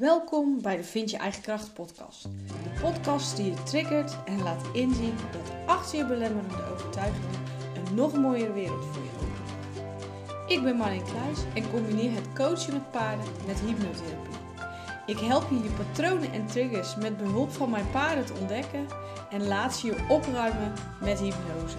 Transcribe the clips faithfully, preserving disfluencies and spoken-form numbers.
Welkom bij de Vind je eigen kracht podcast. De podcast die je triggert en laat inzien dat achter je belemmerende overtuigingen een nog mooiere wereld voor je opent. Ik ben Marleen Kluijs en combineer het coachen met paarden met hypnotherapie. Ik help je je patronen en triggers met behulp van mijn paarden te ontdekken en laat ze je opruimen met hypnose.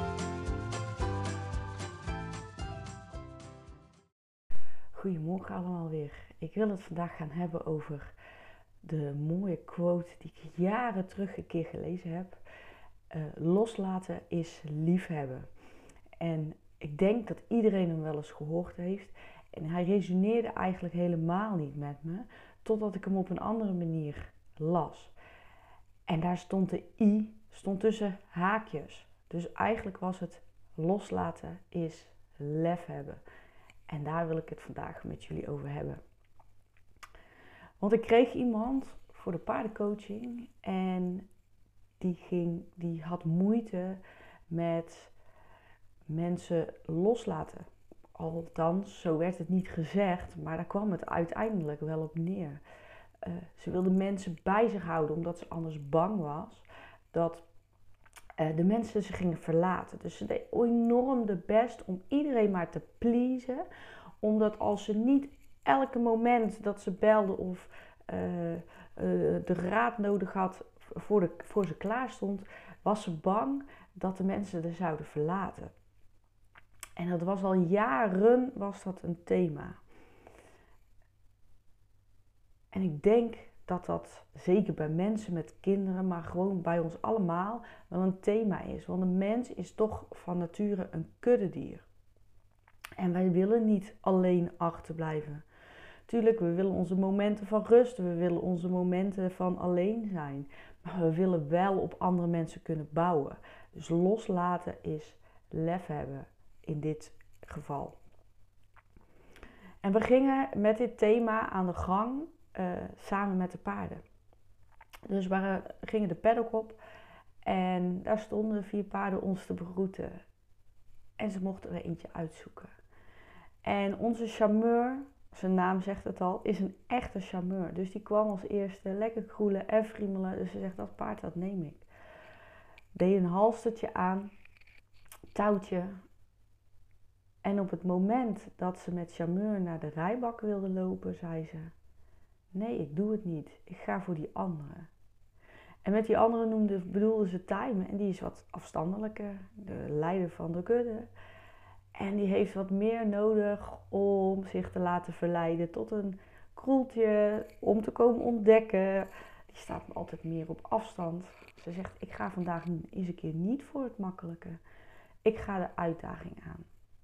Goedemorgen allemaal weer. Ik wil het vandaag gaan hebben over de mooie quote die ik jaren terug een keer gelezen heb. Uh, loslaten is liefhebben. En ik denk dat iedereen hem wel eens gehoord heeft. En hij resoneerde eigenlijk helemaal niet met me, totdat ik hem op een andere manier las. En daar stond de i, stond tussen haakjes. Dus eigenlijk was het loslaten is lef hebben. En daar wil ik het vandaag met jullie over hebben. Want ik kreeg iemand voor de paardencoaching en die, ging, die had moeite met mensen loslaten. Althans, zo werd het niet gezegd, maar daar kwam het uiteindelijk wel op neer. Uh, ze wilde mensen bij zich houden omdat ze anders bang was dat uh, de mensen ze gingen verlaten. Dus ze deed enorm de best om iedereen maar te pleasen. Omdat als ze niet elke moment dat ze belde of uh, uh, de raad nodig had voor, de, voor ze klaar stond, was ze bang dat de mensen er zouden verlaten. En dat was al jaren was dat een thema. En ik denk dat dat zeker bij mensen met kinderen, maar gewoon bij ons allemaal wel een thema is. Want een mens is toch van nature een kuddedier. En wij willen niet alleen achterblijven. Tuurlijk, we willen onze momenten van rust, we willen onze momenten van alleen zijn. Maar we willen wel op andere mensen kunnen bouwen. Dus loslaten is lef hebben in dit geval. En we gingen met dit thema aan de gang uh, samen met de paarden. Dus we gingen de paddock op en daar stonden vier paarden ons te begroeten. En ze mochten er eentje uitzoeken. En onze charmeur, zijn naam zegt het al, is een echte charmeur. Dus die kwam als eerste lekker kroelen en friemelen. Dus ze zegt, dat paard, dat neem ik. Deed een halstertje aan, touwtje. En op het moment dat ze met charmeur naar de rijbak wilde lopen, zei ze, nee, ik doe het niet. Ik ga voor die andere. En met die andere noemde, bedoelde ze Time. En die is wat afstandelijker, de leider van de kudde. En die heeft wat meer nodig om zich te laten verleiden tot een kroeltje, om te komen ontdekken. Die staat altijd meer op afstand. Ze zegt, ik ga vandaag eens een keer niet voor het makkelijke. Ik ga de uitdaging aan.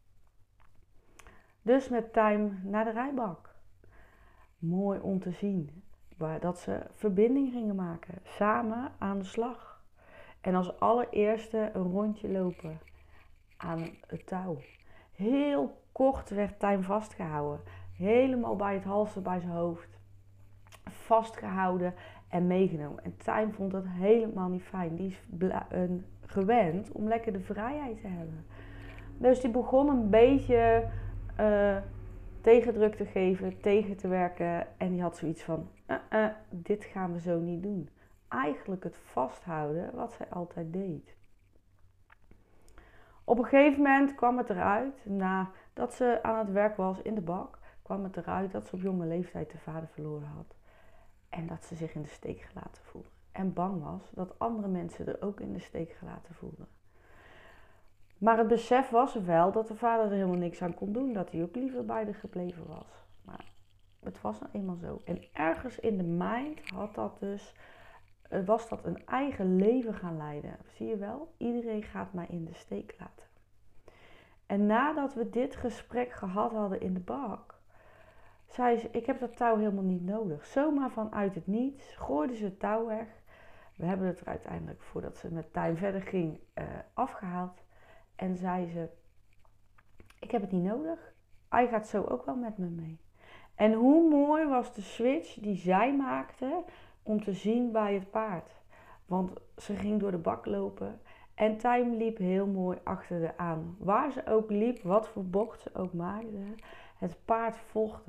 Dus met Time naar de rijbak. Mooi om te zien waar dat ze verbinding gingen maken. Samen aan de slag. En als allereerste een rondje lopen aan het touw. Heel kort werd Time vastgehouden. Helemaal bij het halster, bij zijn hoofd. Vastgehouden en meegenomen. En Time vond dat helemaal niet fijn. Die is bla- uh, gewend om lekker de vrijheid te hebben. Dus die begon een beetje uh, tegendruk te geven, tegen te werken. En die had zoiets van, uh, uh, dit gaan we zo niet doen. Eigenlijk het vasthouden wat zij altijd deed. Op een gegeven moment kwam het eruit, nadat ze aan het werk was in de bak, kwam het eruit dat ze op jonge leeftijd de vader verloren had. En dat ze zich in de steek gelaten voelde. En bang was dat andere mensen er ook in de steek gelaten voelden. Maar het besef was er wel dat de vader er helemaal niks aan kon doen. Dat hij ook liever bij haar gebleven was. Maar het was nou eenmaal zo. En ergens in de mind had dat dus, was dat een eigen leven gaan leiden. Zie je wel? Iedereen gaat mij in de steek laten. En nadat we dit gesprek gehad hadden in de bak, zei ze, ik heb dat touw helemaal niet nodig. Zomaar vanuit het niets gooide ze het touw weg. We hebben het er uiteindelijk, voordat ze met Time verder ging, uh, afgehaald. En zei ze, ik heb het niet nodig. Hij gaat zo ook wel met me mee. En hoe mooi was de switch die zij maakte om te zien bij het paard. Want ze ging door de bak lopen en Time liep heel mooi achter haar aan. Waar ze ook liep, wat voor bocht ze ook maakte, het paard volgde.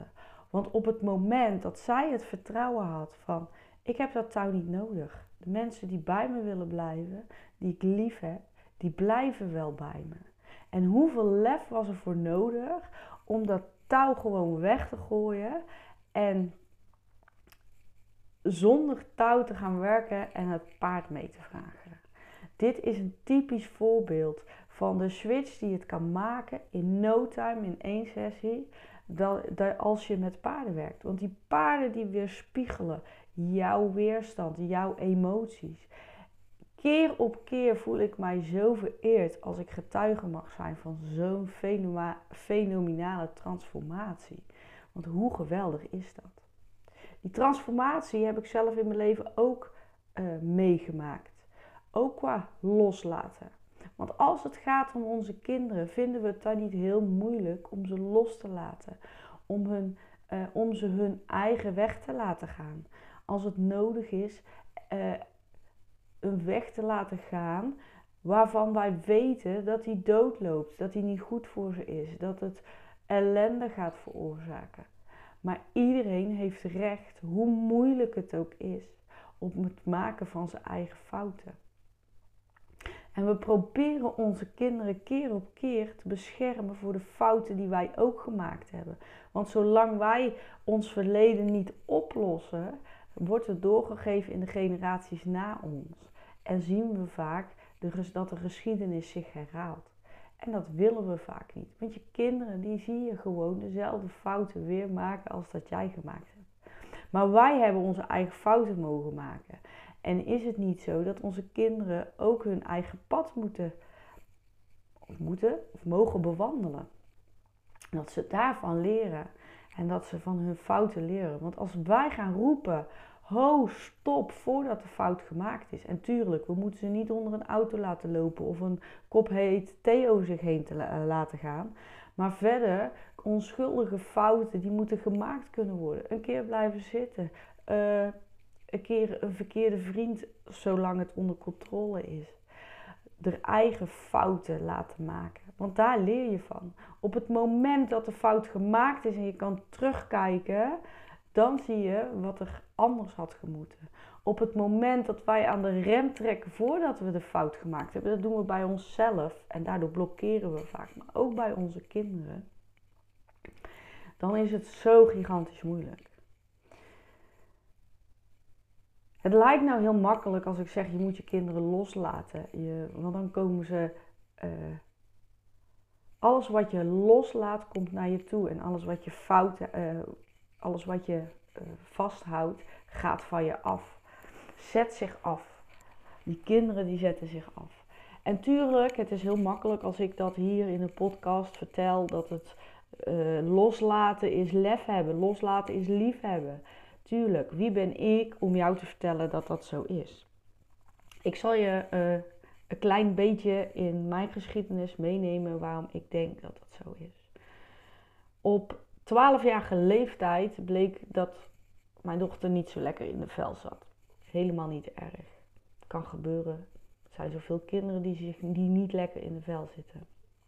Want op het moment dat zij het vertrouwen had van, ik heb dat touw niet nodig. De mensen die bij me willen blijven, die ik lief heb, die blijven wel bij me. En hoeveel lef was er voor nodig om dat touw gewoon weg te gooien en zonder touw te gaan werken en het paard mee te vragen. Dit is een typisch voorbeeld van de switch die het kan maken in no time, in één sessie, dat, dat als je met paarden werkt. Want die paarden die weerspiegelen jouw weerstand, jouw emoties. Keer op keer voel ik mij zo vereerd als ik getuige mag zijn van zo'n fenoma- fenomenale transformatie. Want hoe geweldig is dat? Die transformatie heb ik zelf in mijn leven ook uh, meegemaakt. Ook qua loslaten. Want als het gaat om onze kinderen, vinden we het dan niet heel moeilijk om ze los te laten. Om, hun, uh, om ze hun eigen weg te laten gaan. Als het nodig is, uh, een weg te laten gaan waarvan wij weten dat die doodloopt. Dat die niet goed voor ze is. Dat het ellende gaat veroorzaken. Maar iedereen heeft recht, hoe moeilijk het ook is, op het maken van zijn eigen fouten. En we proberen onze kinderen keer op keer te beschermen voor de fouten die wij ook gemaakt hebben. Want zolang wij ons verleden niet oplossen, wordt het doorgegeven in de generaties na ons. En zien we vaak dat de geschiedenis zich herhaalt. En dat willen we vaak niet. Want je kinderen, die zie je gewoon dezelfde fouten weer maken als dat jij gemaakt hebt. Maar wij hebben onze eigen fouten mogen maken. En is het niet zo dat onze kinderen ook hun eigen pad moeten, of moeten, of mogen bewandelen? Dat ze daarvan leren. En dat ze van hun fouten leren. Want als wij gaan roepen, ho, stop, voordat de fout gemaakt is. En tuurlijk, we moeten ze niet onder een auto laten lopen of een kop heet thee over zich heen te la- laten gaan. Maar verder, onschuldige fouten, die moeten gemaakt kunnen worden. Een keer blijven zitten. Uh, een keer een verkeerde vriend, zolang het onder controle is. Er eigen fouten laten maken. Want daar leer je van. Op het moment dat de fout gemaakt is en je kan terugkijken, dan zie je wat er anders had gemoeten. Op het moment dat wij aan de rem trekken voordat we de fout gemaakt hebben, dat doen we bij onszelf en daardoor blokkeren we vaak, maar ook bij onze kinderen, dan is het zo gigantisch moeilijk. Het lijkt nou heel makkelijk als ik zeg, je moet je kinderen loslaten. Je, want dan komen ze... Uh, alles wat je loslaat, komt naar je toe. En alles wat je fout... Uh, alles wat je uh, vasthoudt, gaat van je af. Zet zich af. Die kinderen die zetten zich af. En tuurlijk, het is heel makkelijk als ik dat hier in een podcast vertel. Dat het uh, loslaten is lef hebben. Loslaten is lief hebben. Tuurlijk, wie ben ik om jou te vertellen dat dat zo is? Ik zal je uh, een klein beetje in mijn geschiedenis meenemen waarom ik denk dat dat zo is. Op twaalfjarige leeftijd bleek dat mijn dochter niet zo lekker in de vel zat. Helemaal niet erg. Kan gebeuren. Er zijn zoveel kinderen die, zich, die niet lekker in de vel zitten.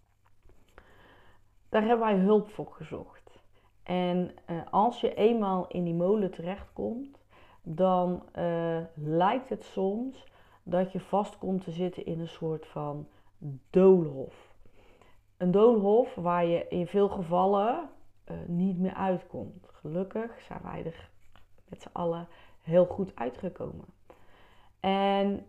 Daar hebben wij hulp voor gezocht. En uh, als je eenmaal in die molen terechtkomt, dan uh, lijkt het soms dat je vast komt te zitten in een soort van doolhof. Een doolhof waar je in veel gevallen uh, niet meer uitkomt. Gelukkig zijn wij er met z'n allen heel goed uitgekomen. En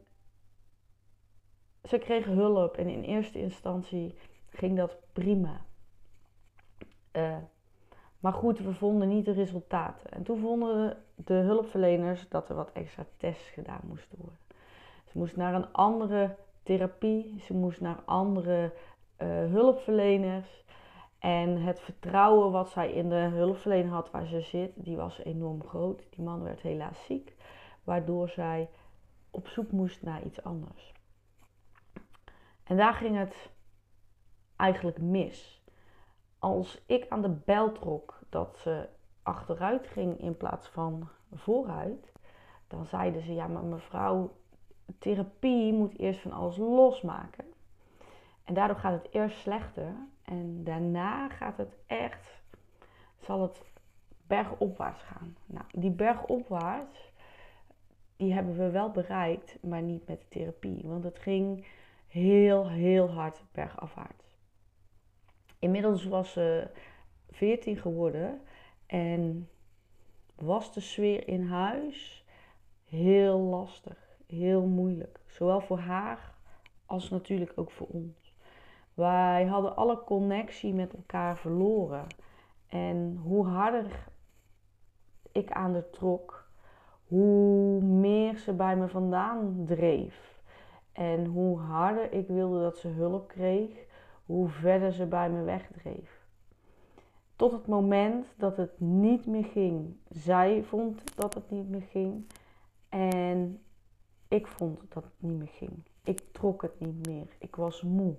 ze kregen hulp en in eerste instantie ging dat prima. Uh, Maar goed, we vonden niet de resultaten. En toen vonden de hulpverleners dat er wat extra tests gedaan moesten worden. Ze moest naar een andere therapie, ze moest naar andere uh, hulpverleners. En het vertrouwen wat zij in de hulpverlener had waar ze zit, die was enorm groot. Die man werd helaas ziek, waardoor zij op zoek moest naar iets anders. En daar ging het eigenlijk mis. Als ik aan de bel trok dat ze achteruit ging in plaats van vooruit, dan zeiden ze, ja maar mevrouw, therapie moet eerst van alles losmaken. En daardoor gaat het eerst slechter en daarna gaat het echt, zal het bergopwaarts gaan. Nou, die bergopwaarts, die hebben we wel bereikt, maar niet met de therapie. Want het ging heel, heel hard bergafwaarts. Inmiddels was ze veertien geworden en was de sfeer in huis heel lastig, heel moeilijk. Zowel voor haar als natuurlijk ook voor ons. Wij hadden alle connectie met elkaar verloren. En hoe harder ik aan haar trok, hoe meer ze bij me vandaan dreef. En hoe harder ik wilde dat ze hulp kreeg, hoe verder ze bij me wegdreef. Tot het moment dat het niet meer ging. Zij vond dat het niet meer ging. En ik vond dat het niet meer ging. Ik trok het niet meer. Ik was moe.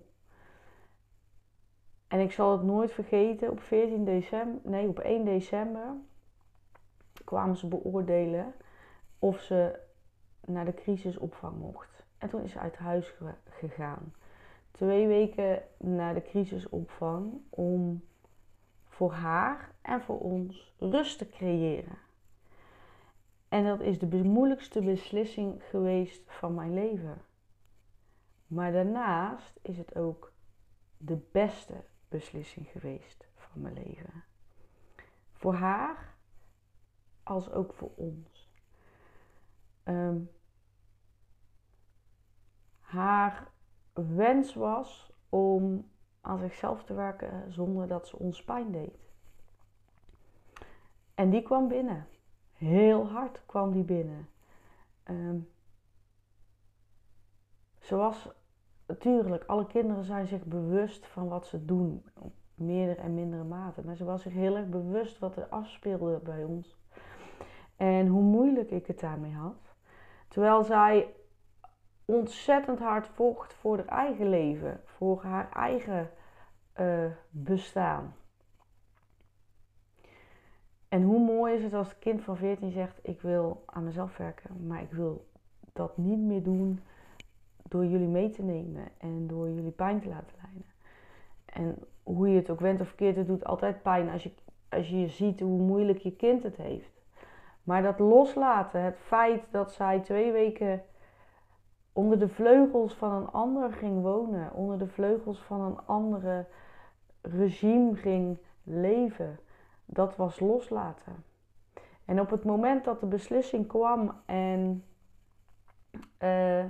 En ik zal het nooit vergeten. Op veertien december, nee, op één december kwamen ze beoordelen of ze naar de crisisopvang mocht. En toen is ze uit huis gegaan. Twee weken naar de crisisopvang om voor haar en voor ons rust te creëren. En dat is de moeilijkste beslissing geweest van mijn leven. Maar daarnaast is het ook de beste beslissing geweest van mijn leven. Voor haar als ook voor ons. Um, haar wens was om aan zichzelf te werken zonder dat ze ons pijn deed. En die kwam binnen. Heel hard kwam die binnen. Um, ze was, natuurlijk, alle kinderen zijn zich bewust van wat ze doen. Op meerdere en mindere mate. Maar ze was zich heel erg bewust wat er afspeelde bij ons. En hoe moeilijk ik het daarmee had. Terwijl zij ontzettend hard vocht voor haar eigen leven. Voor haar eigen uh, bestaan. En hoe mooi is het als het kind van veertien zegt, ik wil aan mezelf werken. Maar ik wil dat niet meer doen door jullie mee te nemen. En door jullie pijn te laten lijden. En hoe je het ook went of verkeerd, het doet altijd pijn als je, als je ziet hoe moeilijk je kind het heeft. Maar dat loslaten, het feit dat zij twee weken onder de vleugels van een ander ging wonen, onder de vleugels van een andere regime ging leven, dat was loslaten. En op het moment dat de beslissing kwam en uh,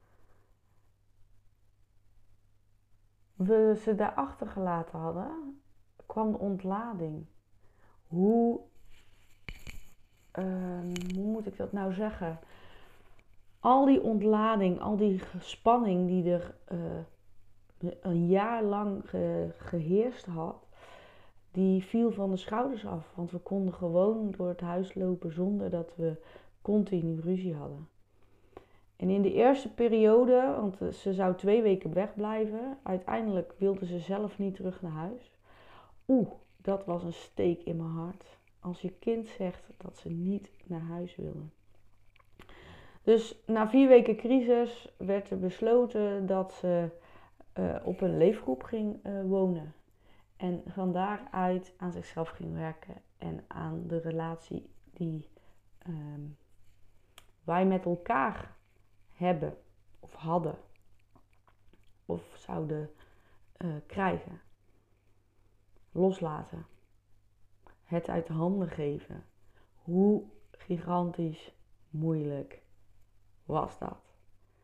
we ze daar achtergelaten hadden, kwam de ontlading. Hoe, uh, hoe moet ik dat nou zeggen? Al die ontlading, al die spanning die er uh, een jaar lang ge, geheerst had, die viel van de schouders af. Want we konden gewoon door het huis lopen zonder dat we continu ruzie hadden. En in de eerste periode, want ze zou twee weken wegblijven, uiteindelijk wilde ze zelf niet terug naar huis. Oeh, dat was een steek in mijn hart. Als je kind zegt dat ze niet naar huis wilde. Dus na vier weken crisis werd er besloten dat ze uh, op een leefgroep ging uh, wonen. En van daaruit aan zichzelf ging werken en aan de relatie die uh, wij met elkaar hebben of hadden of zouden uh, krijgen. Loslaten. Het uit de handen geven. Hoe gigantisch moeilijk was dat.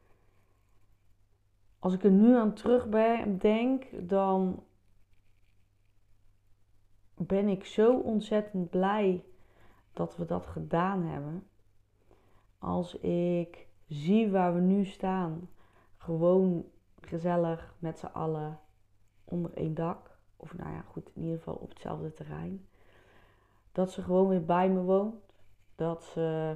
Als ik er nu aan terugdenk, dan ben ik zo ontzettend blij dat we dat gedaan hebben. Als ik zie waar we nu staan, gewoon gezellig met z'n allen onder één dak. Of nou ja, goed, in ieder geval op hetzelfde terrein. Dat ze gewoon weer bij me woont. Dat ze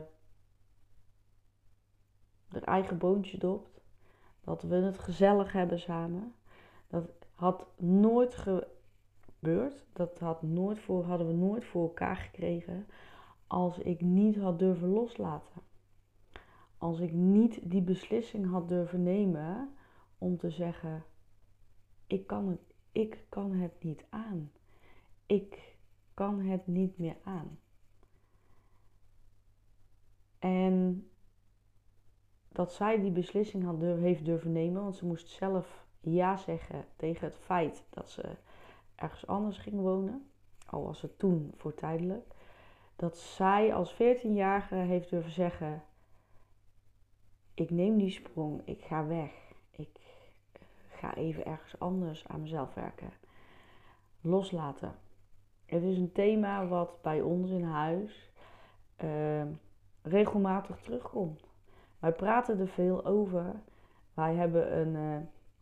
haar eigen boontje dopt. Dat we het gezellig hebben samen. Dat had nooit gebeurd. Dat had nooit voor, hadden we nooit voor elkaar gekregen als ik niet had durven loslaten. Als ik niet die beslissing had durven nemen om te zeggen, ik kan het, ik kan het niet aan. Ik kan het niet meer aan. dat zij die beslissing had durf, heeft durven nemen. Want ze moest zelf ja zeggen tegen het feit dat ze ergens anders ging wonen. Al was het toen voor tijdelijk. Dat zij als veertienjarige heeft durven zeggen: ik neem die sprong, ik ga weg. Ik ga even ergens anders aan mezelf werken. Loslaten. Het is een thema wat bij ons in huis uh, regelmatig terugkomt. Wij praten er veel over. Wij hebben een, uh,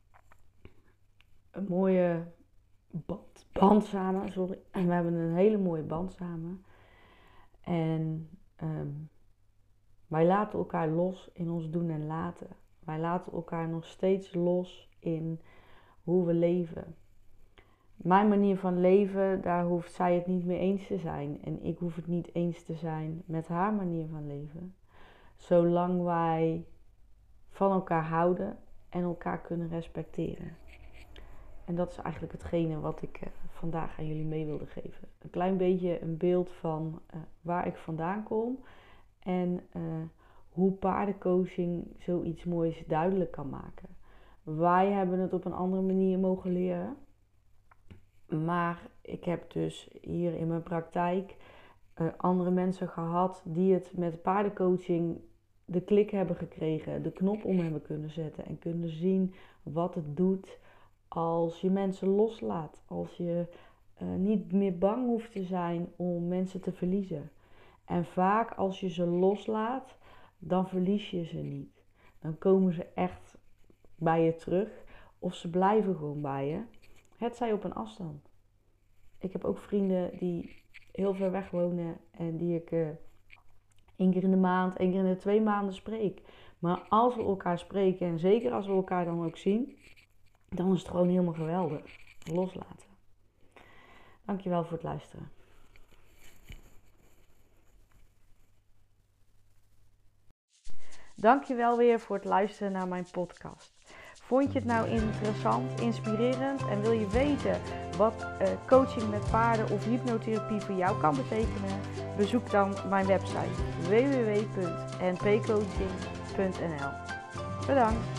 een mooie band, band samen. Sorry. En we hebben een hele mooie band samen. En um, wij laten elkaar los in ons doen en laten. Wij laten elkaar nog steeds los in hoe we leven. Mijn manier van leven, daar hoeft zij het niet mee eens te zijn. En ik hoef het niet eens te zijn met haar manier van leven. Zolang wij van elkaar houden en elkaar kunnen respecteren. En dat is eigenlijk hetgene wat ik uh, vandaag aan jullie mee wilde geven. Een klein beetje een beeld van uh, waar ik vandaan kom. En uh, hoe paardencoaching zoiets moois duidelijk kan maken. Wij hebben het op een andere manier mogen leren. Maar ik heb dus hier in mijn praktijk uh, andere mensen gehad die het met paardencoaching de klik hebben gekregen, de knop om hebben kunnen zetten en kunnen zien wat het doet als je mensen loslaat. Als je uh, niet meer bang hoeft te zijn om mensen te verliezen. En vaak als je ze loslaat, dan verlies je ze niet. Dan komen ze echt bij je terug of ze blijven gewoon bij je. Het zij op een afstand. Ik heb ook vrienden die heel ver weg wonen en die ik uh, één keer in de maand, één keer in de twee maanden spreek. Maar als we elkaar spreken en zeker als we elkaar dan ook zien, dan is het gewoon helemaal geweldig. Loslaten. Dankjewel voor het luisteren. Dankjewel weer voor het luisteren naar mijn podcast. Vond je het nou interessant, inspirerend en wil je weten wat uh, coaching met paarden of hypnotherapie voor jou kan betekenen? Bezoek dan mijn website w w w punt n p coaching punt n l. Bedankt!